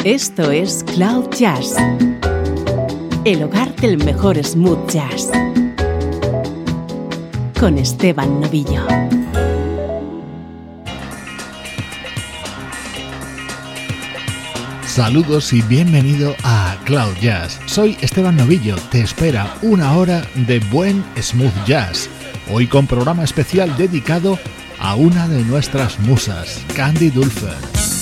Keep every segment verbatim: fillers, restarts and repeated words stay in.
Esto es Cloud Jazz, el hogar del mejor smooth jazz, con Esteban Novillo. Saludos y bienvenido a Cloud Jazz. Soy Esteban Novillo, te espera una hora de buen smooth jazz. Hoy con programa especial dedicado a una de nuestras musas, Candy Dulfer.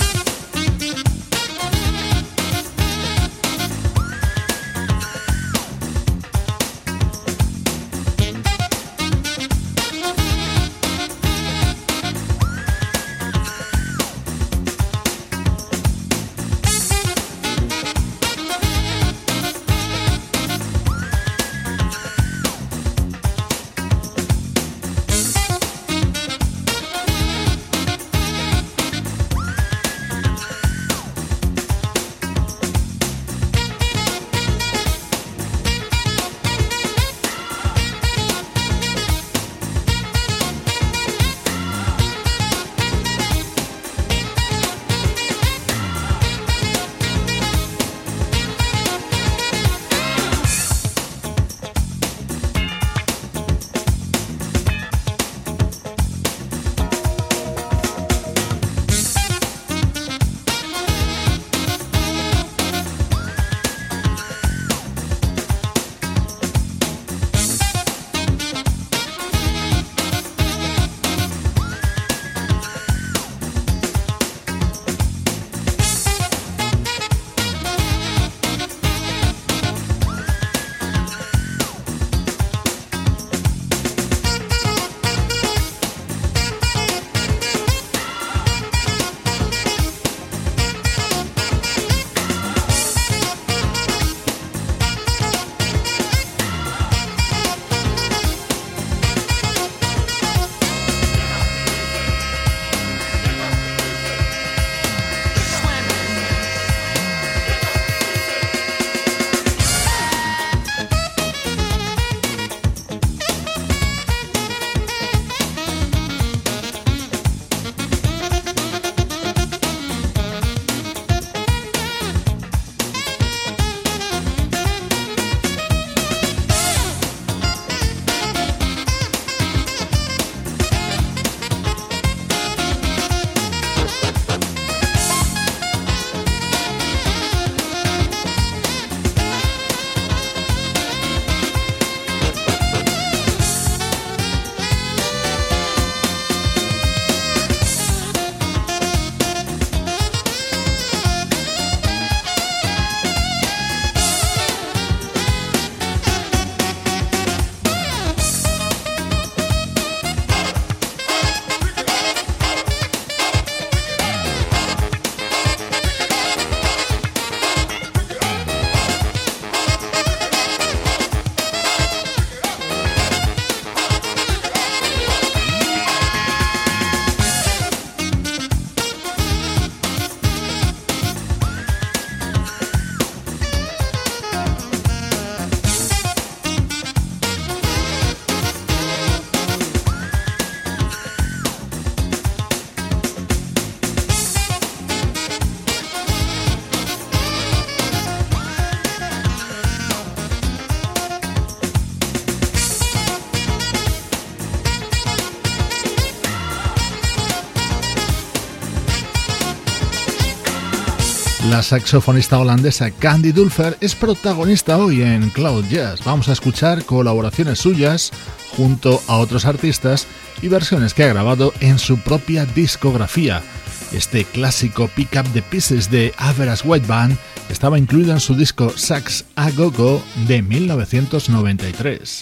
La saxofonista holandesa Candy Dulfer es protagonista hoy en Cloud Jazz. Vamos a escuchar colaboraciones suyas junto a otros artistas y versiones que ha grabado en su propia discografía. Este clásico Pick Up the Pieces de Average White Band estaba incluido en su disco Sax a Go-Go de mil novecientos noventa y tres.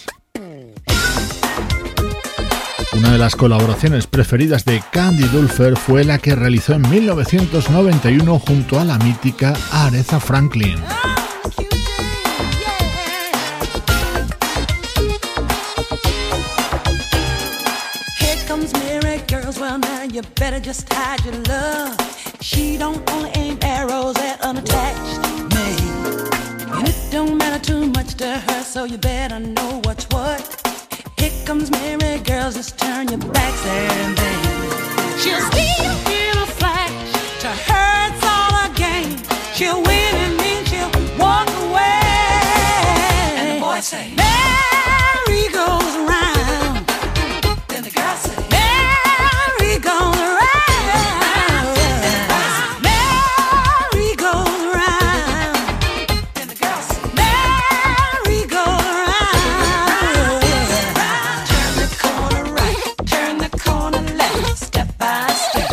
Una de las colaboraciones preferidas de Candy Dulfer fue la que realizó en mil novecientos noventa y uno junto a la mítica Aretha Franklin. Here comes Mary, girls, well now you better just hide your love. She don't only aim arrows at unattached men, and it don't matter too much to her, so you better know what's what. Here comes Mary, girls, just turn your backs and then she'll steal in a flash. To her it's all a game. she'll win and then she'll walk away. And the boys say, merry goes around. Then the girls say, merry goes around. Merry goes around. Then the girls say, merry goes around. Turn the corner right, turn the corner left, step by step.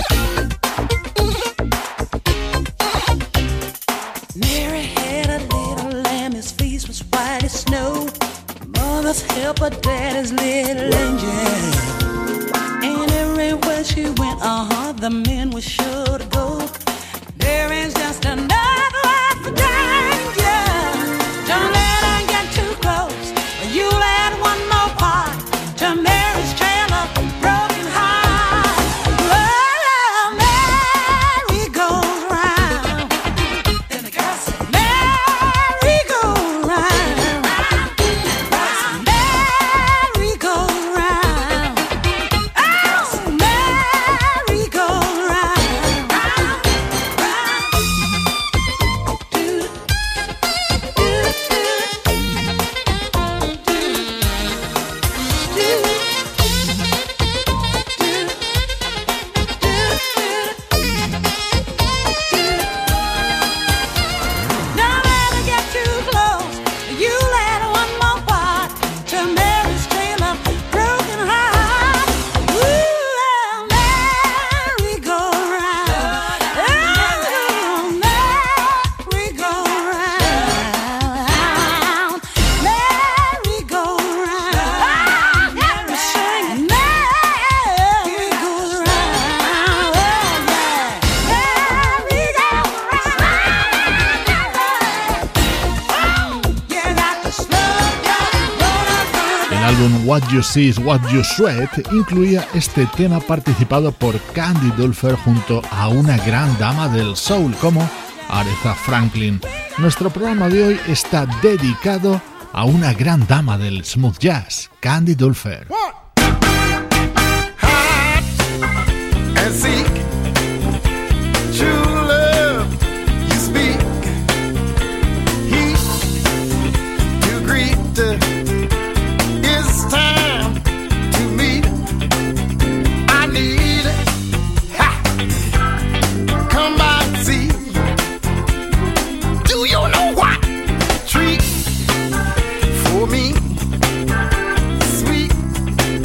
Mary had a little lamb, his face was white as snow. Mother's helper, daddy's little angel. And everywhere she went, uh-huh, the men were sure to go. Mary's just another life for danger. Don't let her get too close, or you'll add one more part to Mary's trail of broken heart. Oh, Mary goes round. Then the girls say, Mary goes round. Mary goes round. Oh, Mary goes round. Do, do, Don't let her get too close. You let one more part to Mary's trail of broken heart. Ooh, Mary go round. Oh, Mary go round. Mary go round. Mary sing. Mary goes round. Mary goes round. You got to slow down. El álbum What You See Is What You Sweat incluía este tema participado por Candy Dulfer junto a una gran dama del soul como Aretha Franklin. Nuestro programa de hoy está dedicado a una gran dama del smooth jazz, Candy Dulfer. Hide and seek true love. You speak heat to greet. It's time to meet. I need ha. Come by and see. Do you know what treat for me? Sweet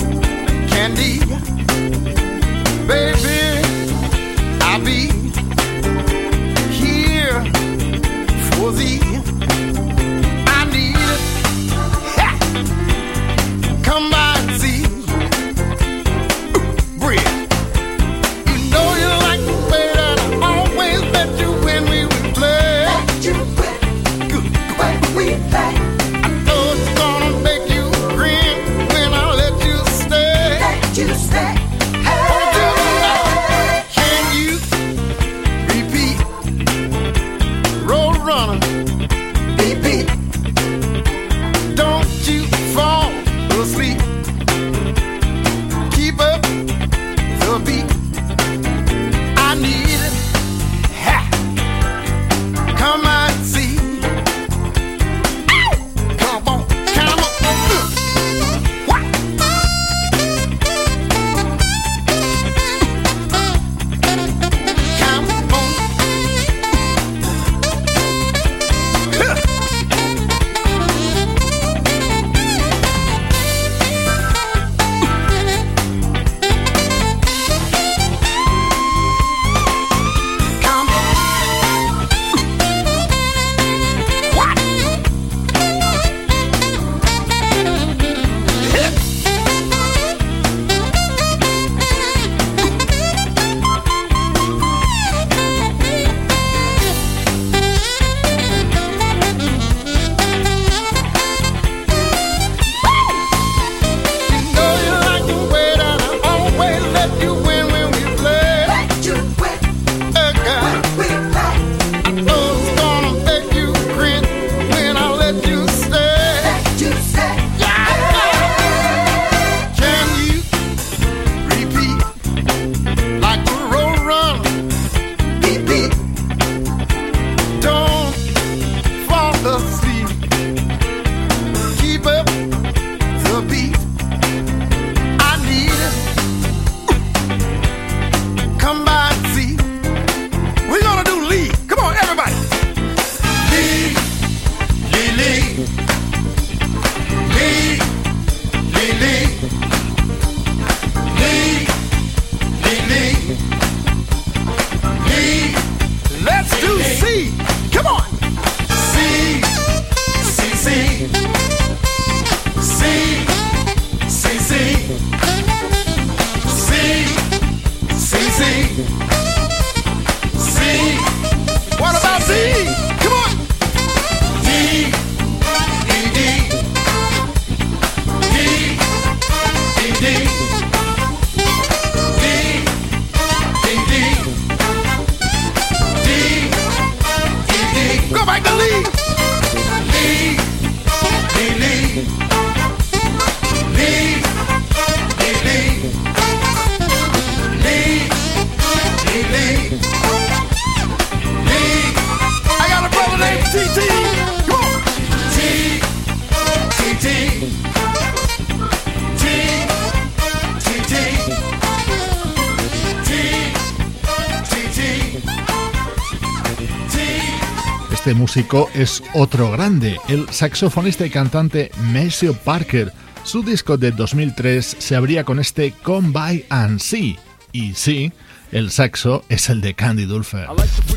este músico es otro grande, el saxofonista y cantante Maceo Parker. Su disco de dos mil tres se abría con este Come By and See. Y sí, el saxo es el de Candy Dulfer.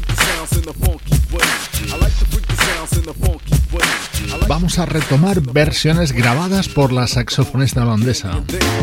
Vamos a retomar versiones grabadas por la saxofonista holandesa.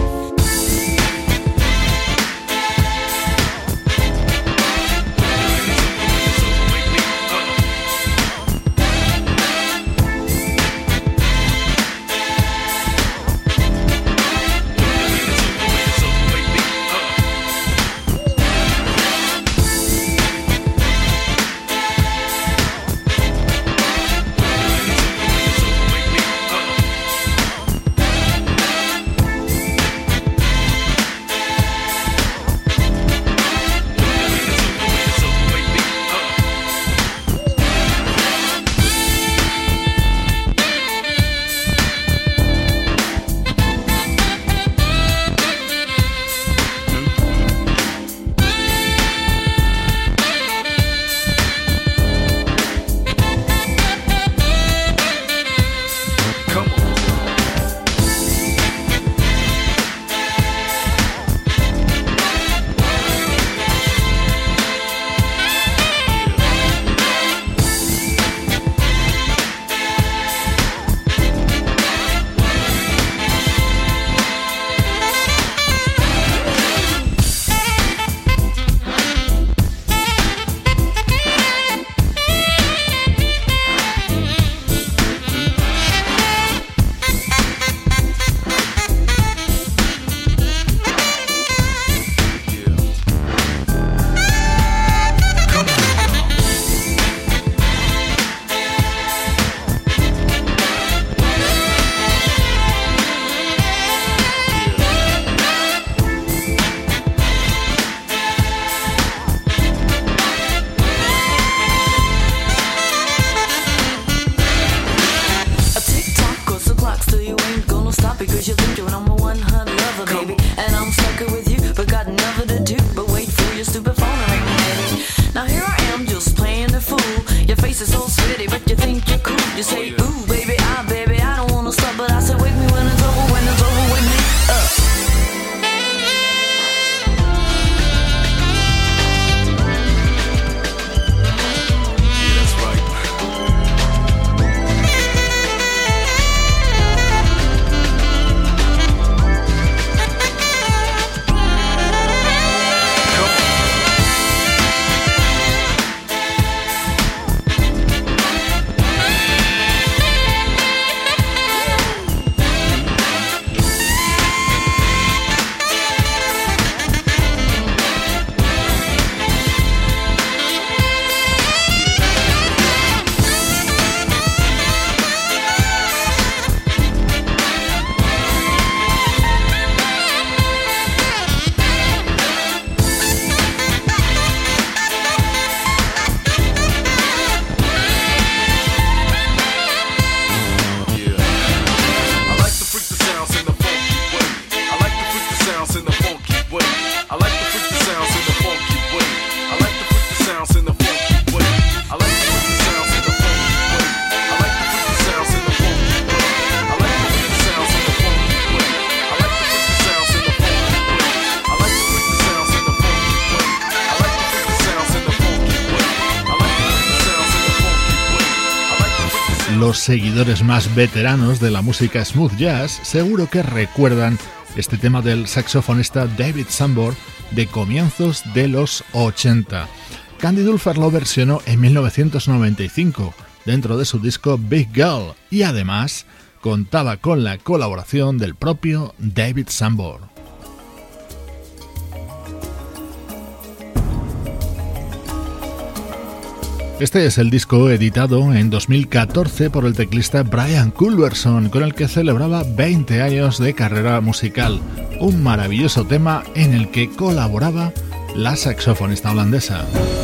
Los seguidores más veteranos de la música smooth jazz seguro que recuerdan este tema del saxofonista David Sanborn de comienzos de los ochenta. Candy Dulfer lo versionó en mil novecientos noventa y cinco dentro de su disco Big Girl y además contaba con la colaboración del propio David Sanborn. Este es el disco editado en dos mil catorce por el teclista Brian Culberson, con el que celebraba veinte años de carrera musical. Un maravilloso tema en el que colaboraba la saxofonista holandesa.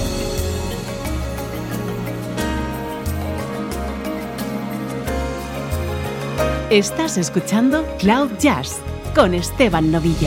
Estás escuchando Cloud Jazz con Esteban Novillo.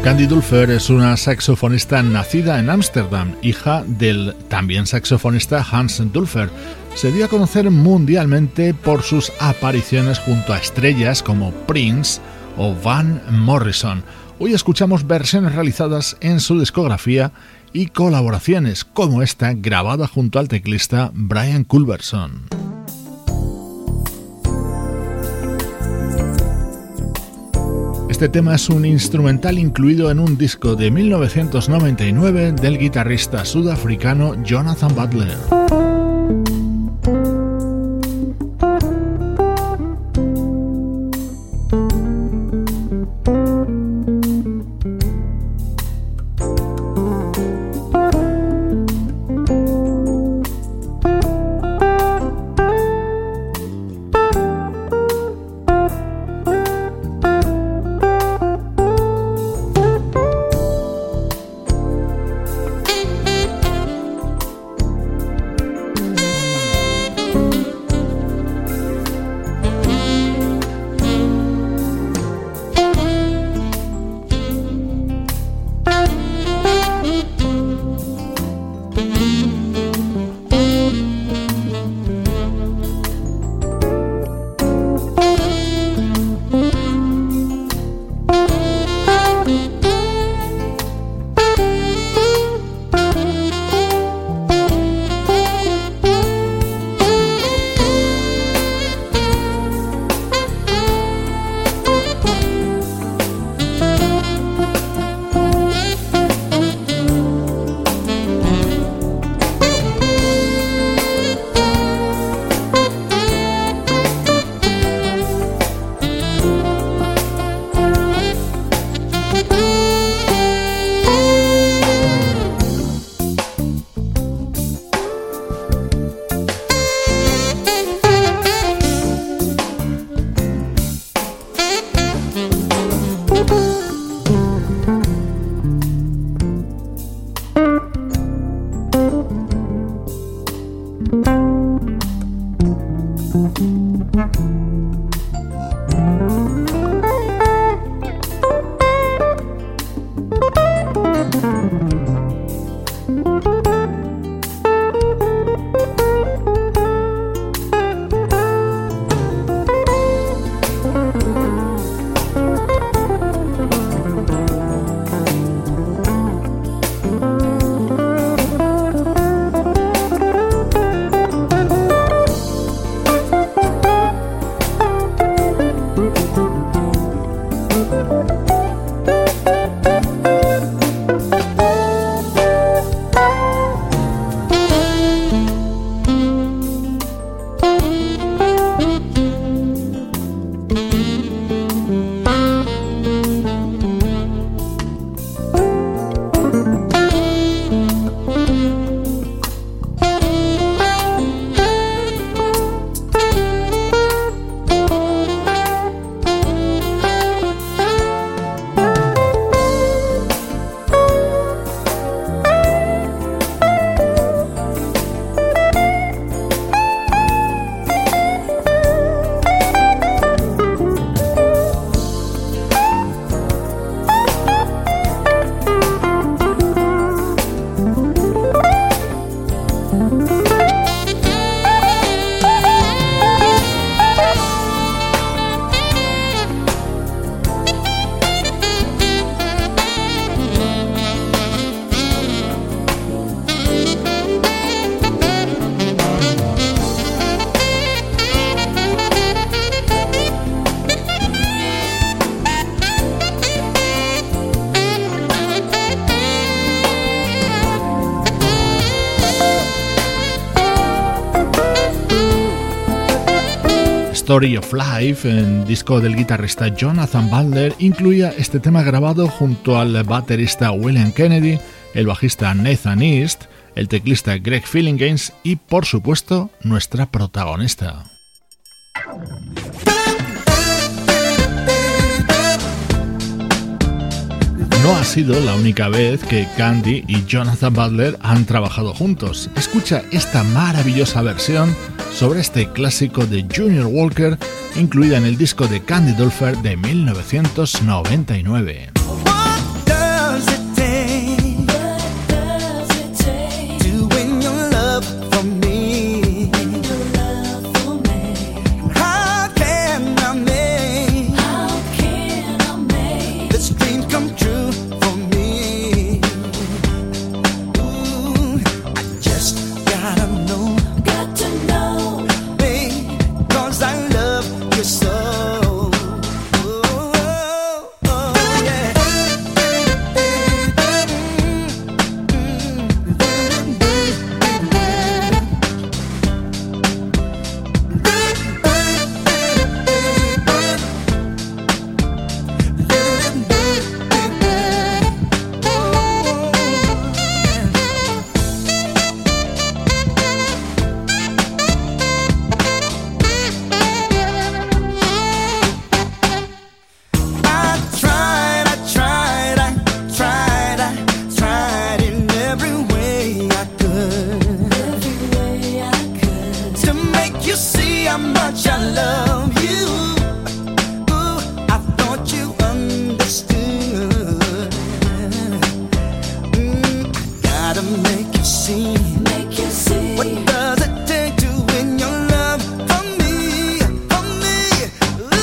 Candy Dulfer es una saxofonista nacida en Ámsterdam, hija del también saxofonista Hans Dulfer. Se dio a conocer mundialmente por sus apariciones junto a estrellas como Prince o Van Morrison. Hoy escuchamos versiones realizadas en su discografía y colaboraciones como esta grabada junto al teclista Brian Culberson. Este tema es un instrumental incluido en un disco de mil novecientos noventa y nueve del guitarrista sudafricano Jonathan Butler. Story of Life, en disco del guitarrista Jonathan Butler, incluía este tema grabado junto al baterista William Kennedy, el bajista Nathan East, el teclista Greg Phillinganes y, por supuesto, nuestra protagonista. No ha sido la única vez que Candy y Jonathan Butler han trabajado juntos. Escucha esta maravillosa versión sobre este clásico de Junior Walker, incluida en el disco de Candy Dulfer de mil novecientos noventa y nueve. What how much I love you. Ooh, I thought you understood. Mm, I gotta make you see. Make you see. What does it take to win your love from me? From me. Ooh,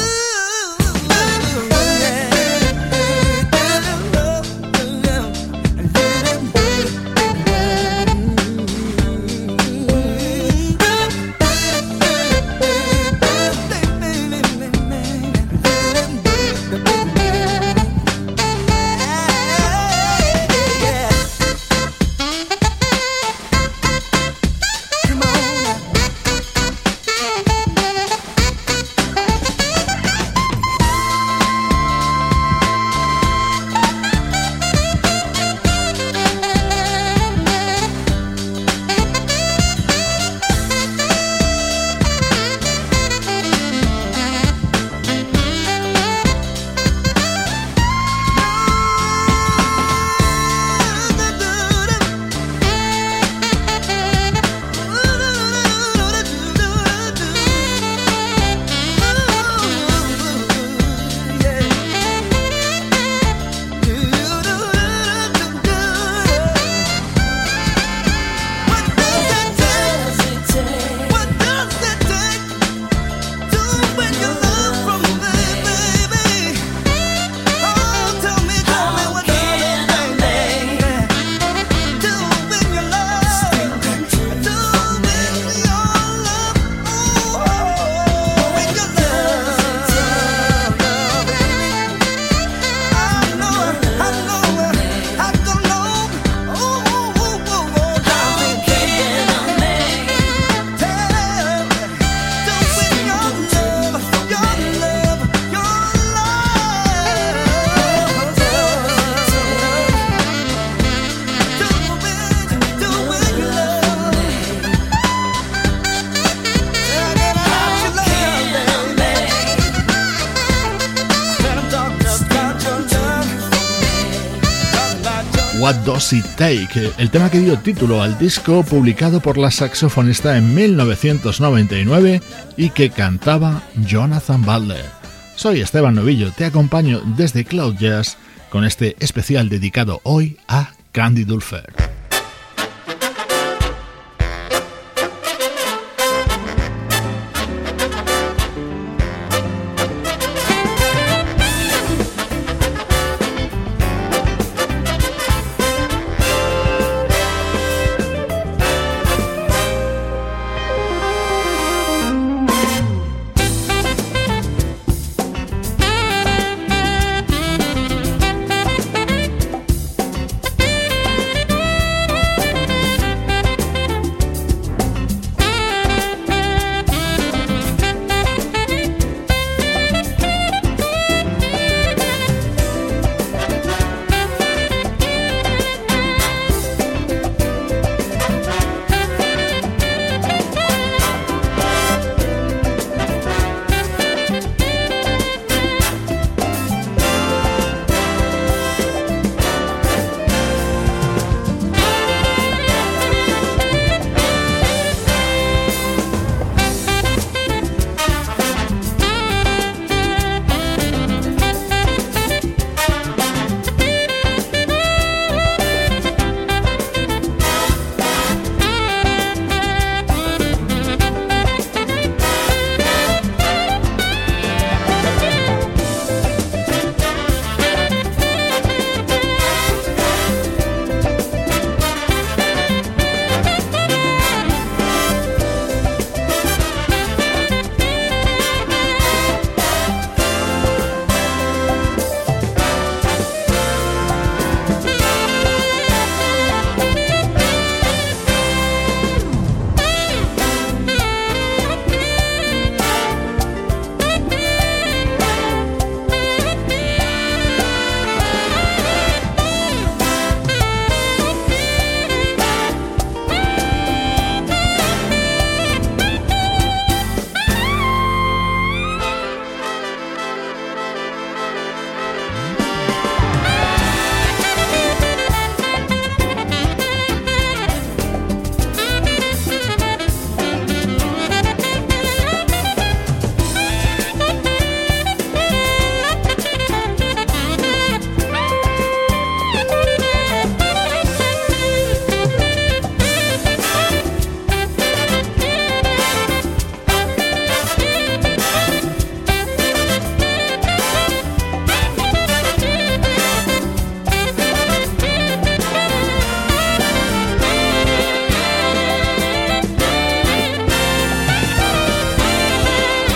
What Does It Take, el tema que dio título al disco publicado por la saxofonista en mil novecientos noventa y nueve y que cantaba Jonathan Butler. Soy Esteban Novillo, te acompaño desde Cloud Jazz con este especial dedicado hoy a Candy Dulfer.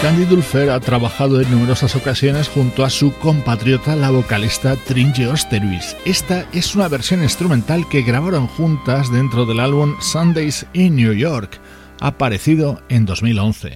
Candy Dulfer ha trabajado en numerosas ocasiones junto a su compatriota, la vocalista Tringe Oosterhuis. Esta es una versión instrumental que grabaron juntas dentro del álbum Sundays in New York, aparecido en dos mil once.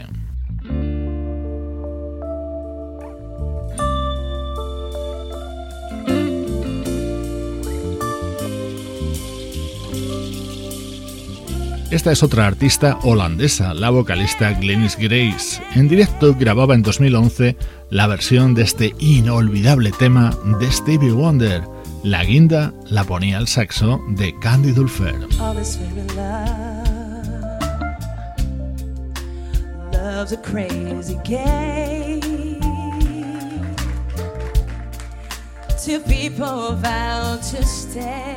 Esta es otra artista holandesa, la vocalista Glennis Grace. En directo grababa en dos mil once la versión de este inolvidable tema de Stevie Wonder. La guinda la ponía el saxo de Candy Dulfer. Love's a crazy game. Two people vow to stay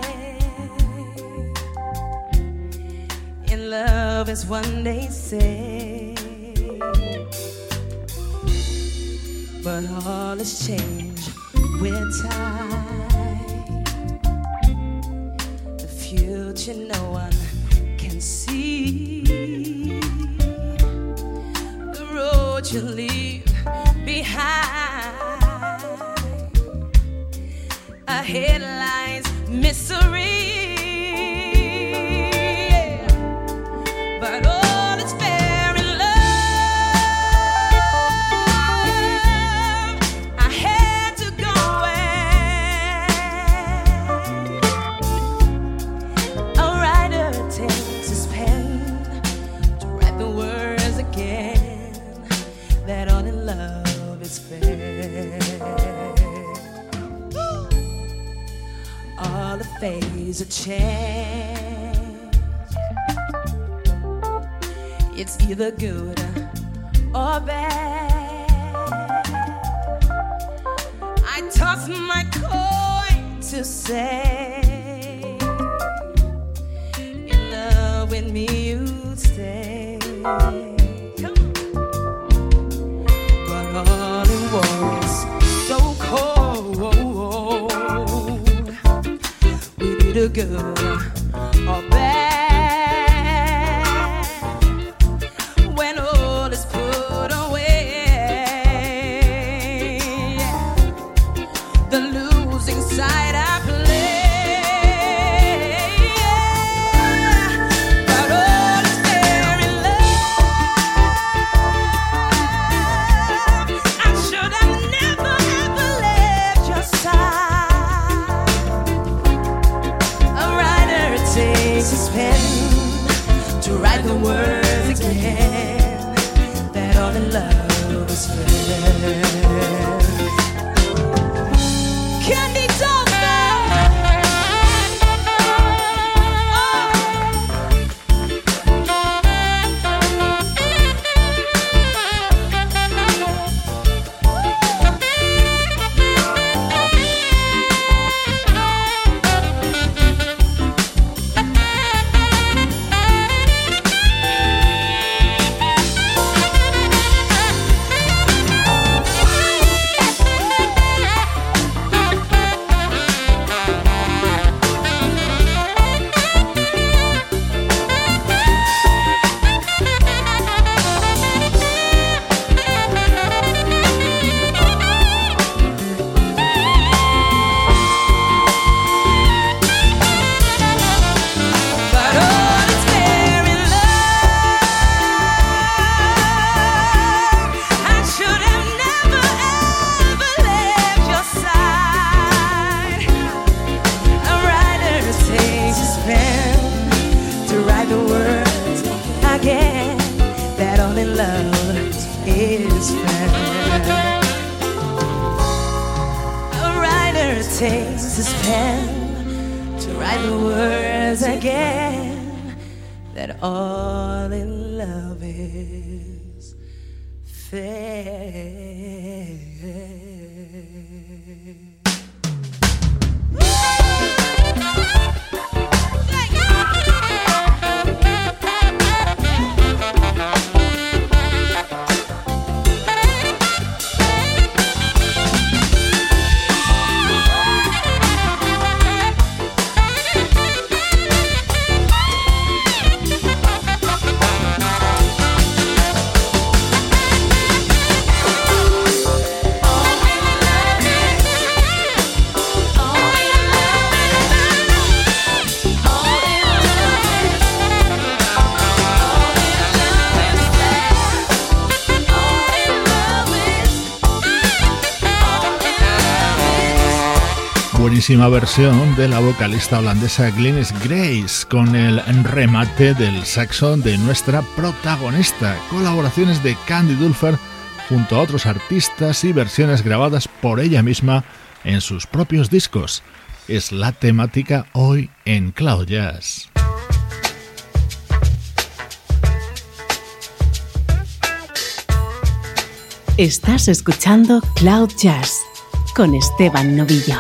in love, as one they say, but all has changed with time. The future no one can see. The road you leave behind, ahead lies misery. But all is fair in love. I had to go away. A writer takes his pen to write the words again, that all in love is fair. All the phase of change, it's either good or bad. I toss my coin to say, in love with me you'd stay. Come on. But all it was so cold. We did a good or bad. The words again, that all in love is fair. Candy takes his pen to write the words again, that all in love is fair. buenísima versión de la vocalista holandesa Glynis Grace con el remate del saxo de nuestra protagonista. Colaboraciones de Candy Dulfer junto a otros artistas y versiones grabadas por ella misma en sus propios discos. Es la temática hoy en Cloud Jazz. Estás escuchando Cloud Jazz con Esteban Novillo.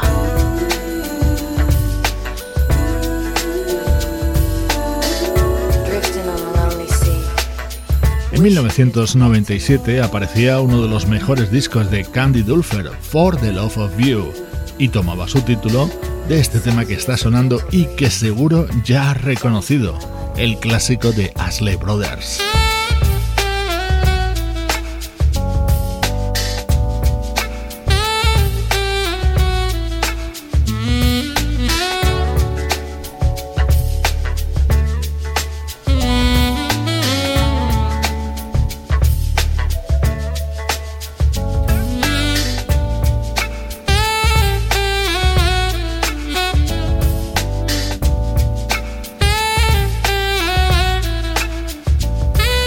En mil novecientos noventa y siete aparecía uno de los mejores discos de Candy Dulfer, For the Love of You, y tomaba su título de este tema que está sonando y que seguro ya has reconocido, el clásico de Ashley Brothers. Thank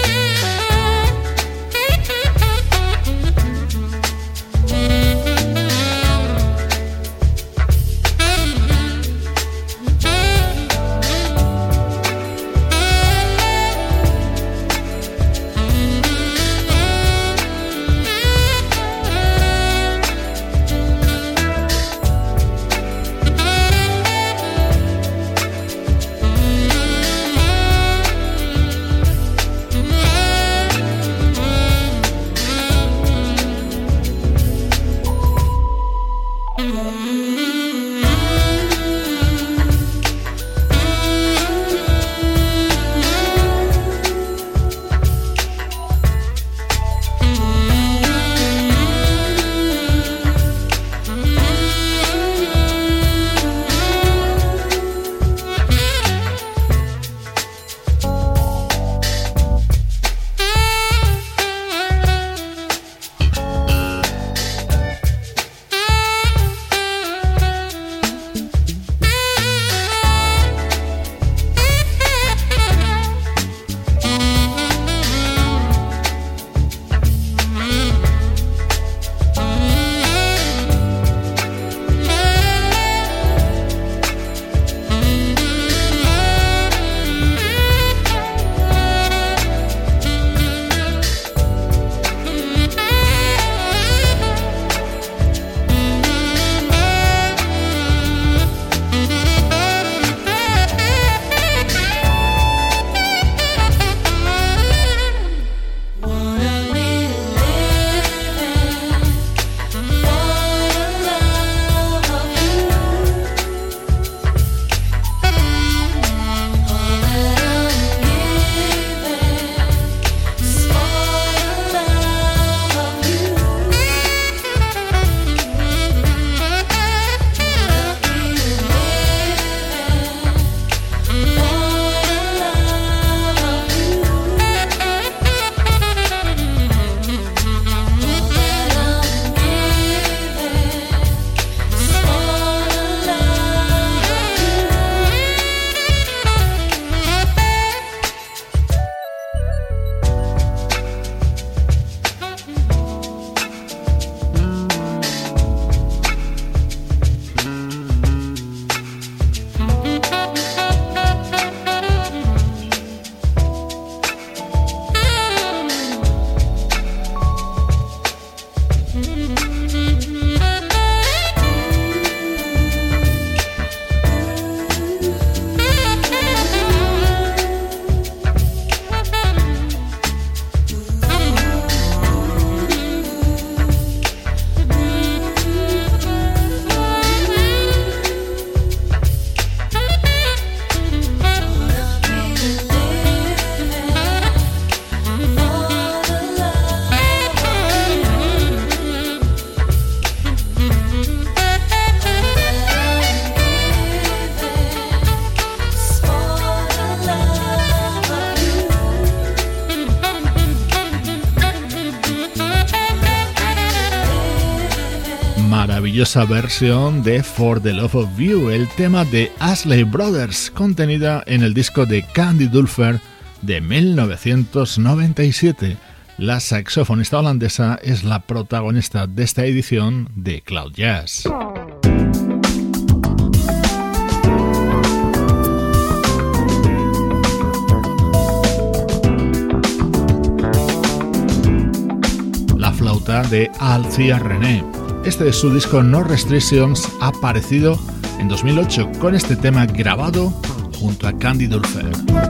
maravillosa versión de For the Love of You, el tema de Ashley Brothers, contenida en el disco de Candy Dulfer de mil novecientos noventa y siete. La saxofonista holandesa es la protagonista de esta edición de Cloud Jazz. La flauta de Althea René. Este de su disco No Restrictions ha aparecido en dos mil ocho con este tema grabado junto a Candy Dulfer.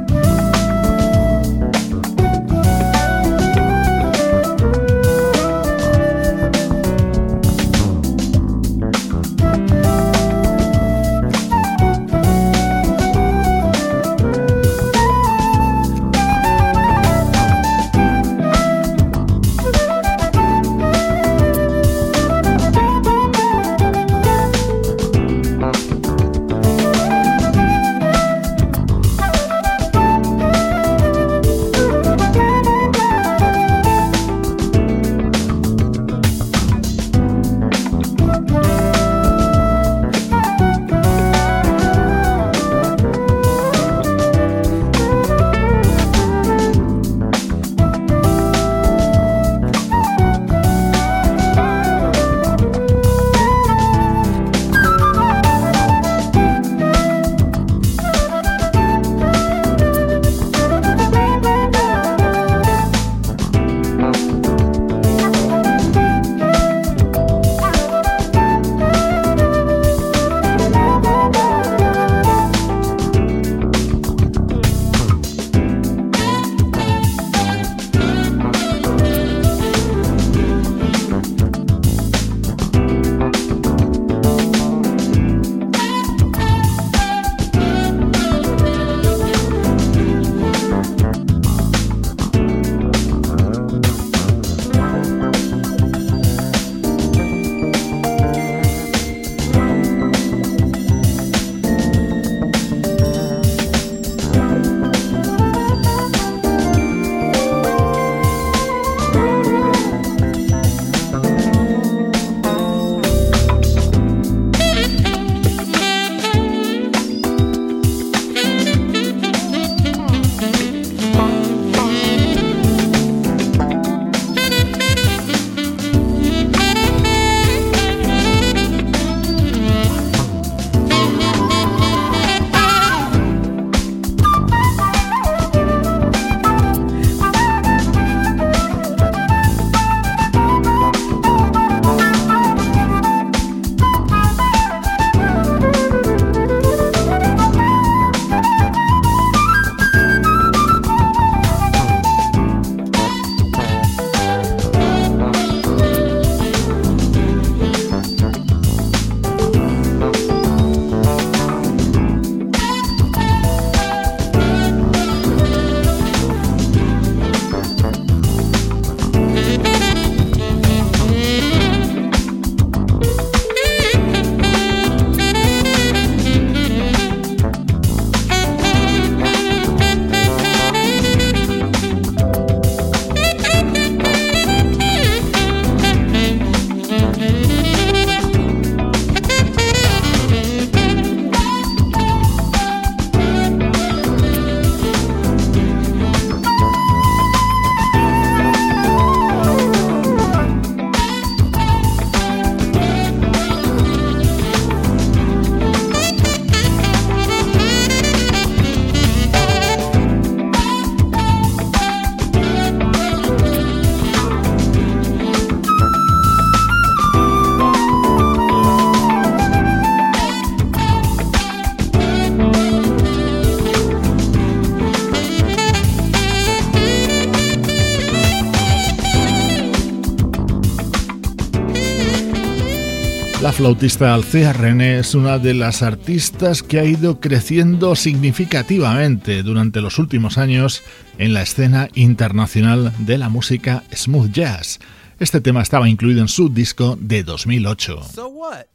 La flautista Althea René es una de las artistas que ha ido creciendo significativamente durante los últimos años en la escena internacional de la música smooth jazz. Este tema estaba incluido en su disco de dos mil ocho. So what?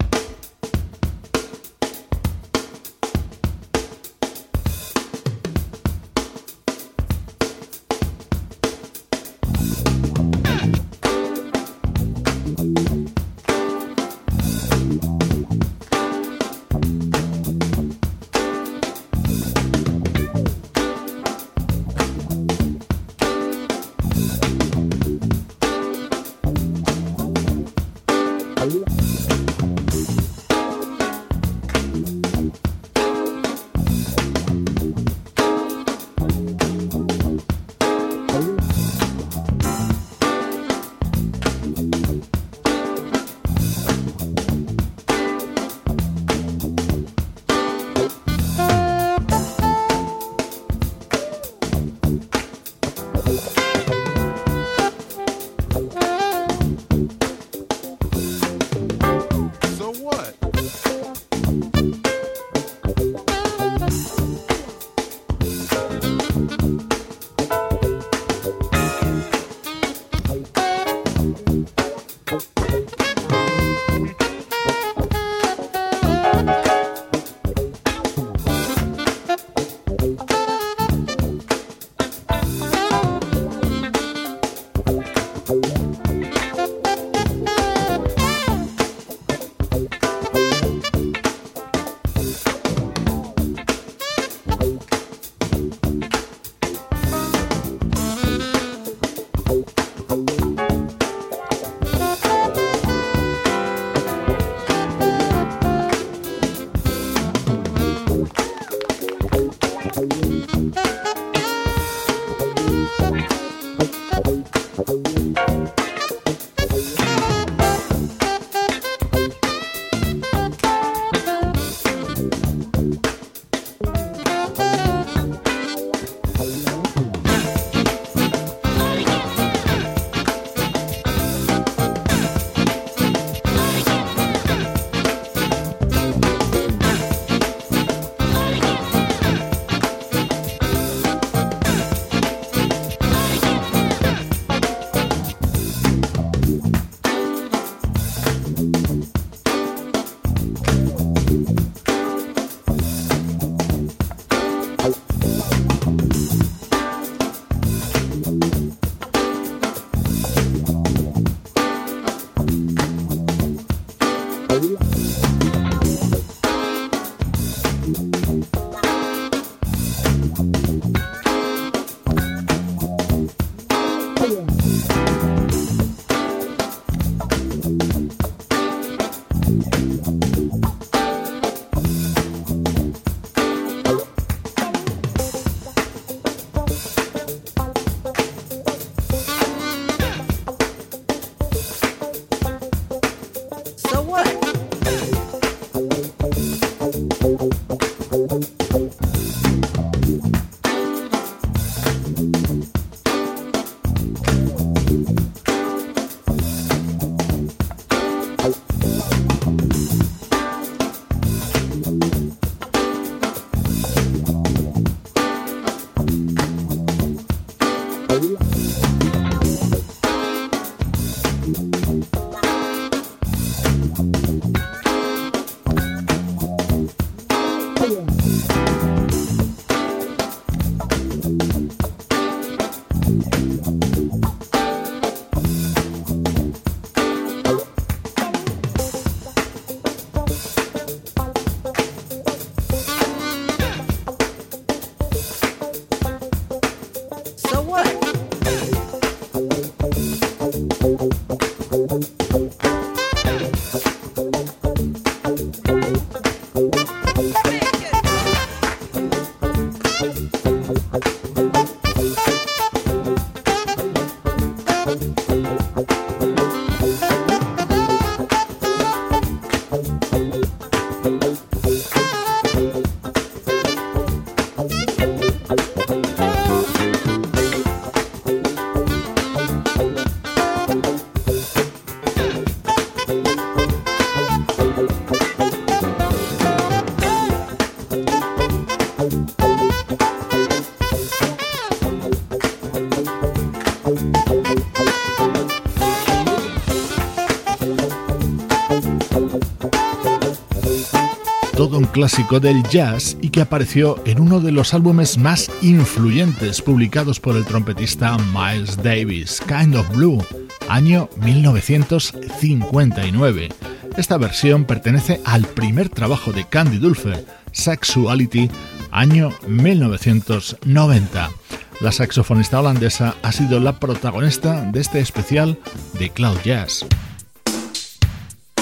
todo un clásico del jazz y que apareció en uno de los álbumes más influyentes publicados por el trompetista Miles Davis, Kind of Blue, año mil novecientos cincuenta y nueve. Esta versión pertenece al primer trabajo de Candy Dulfer, Sexuality, año mil novecientos noventa. La saxofonista holandesa ha sido la protagonista de este especial de Cloud Jazz.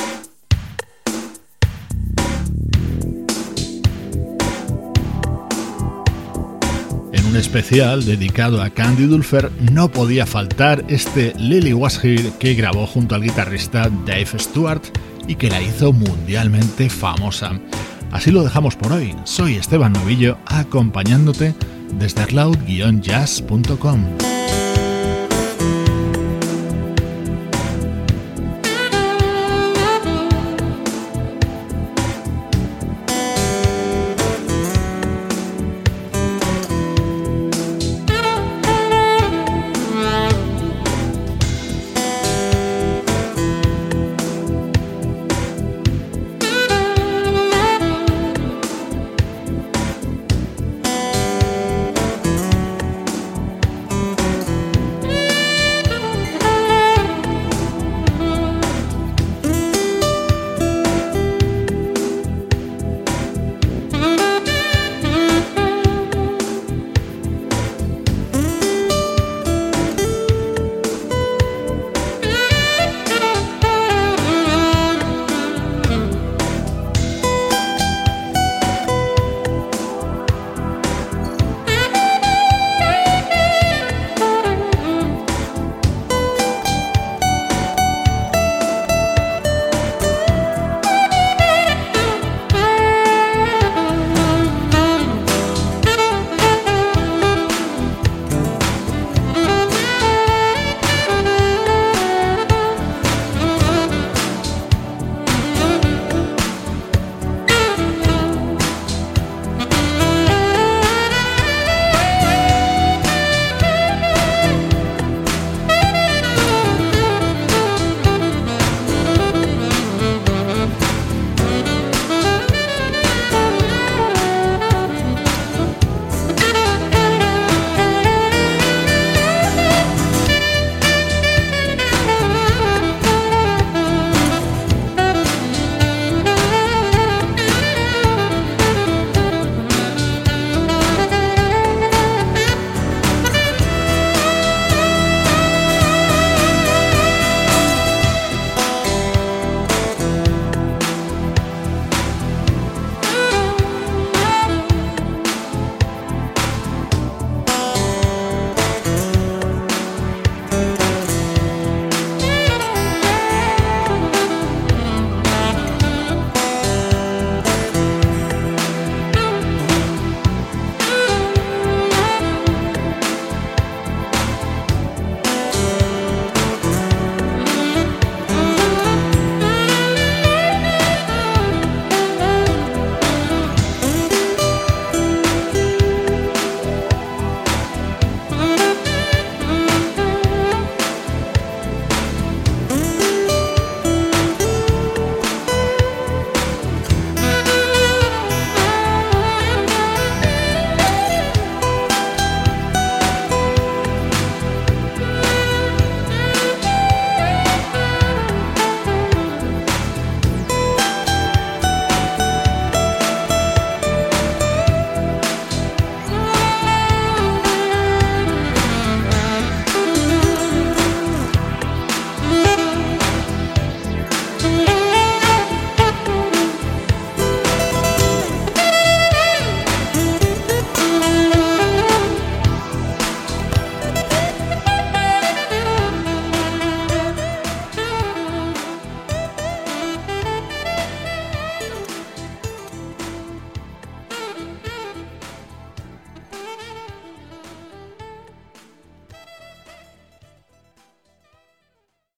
especial dedicado a Candy Dulfer no podía faltar este Lily Was Here que grabó junto al guitarrista Dave Stewart y que la hizo mundialmente famosa. Así lo dejamos por hoy. Soy Esteban Novillo acompañándote desde cloud guion jazz punto com.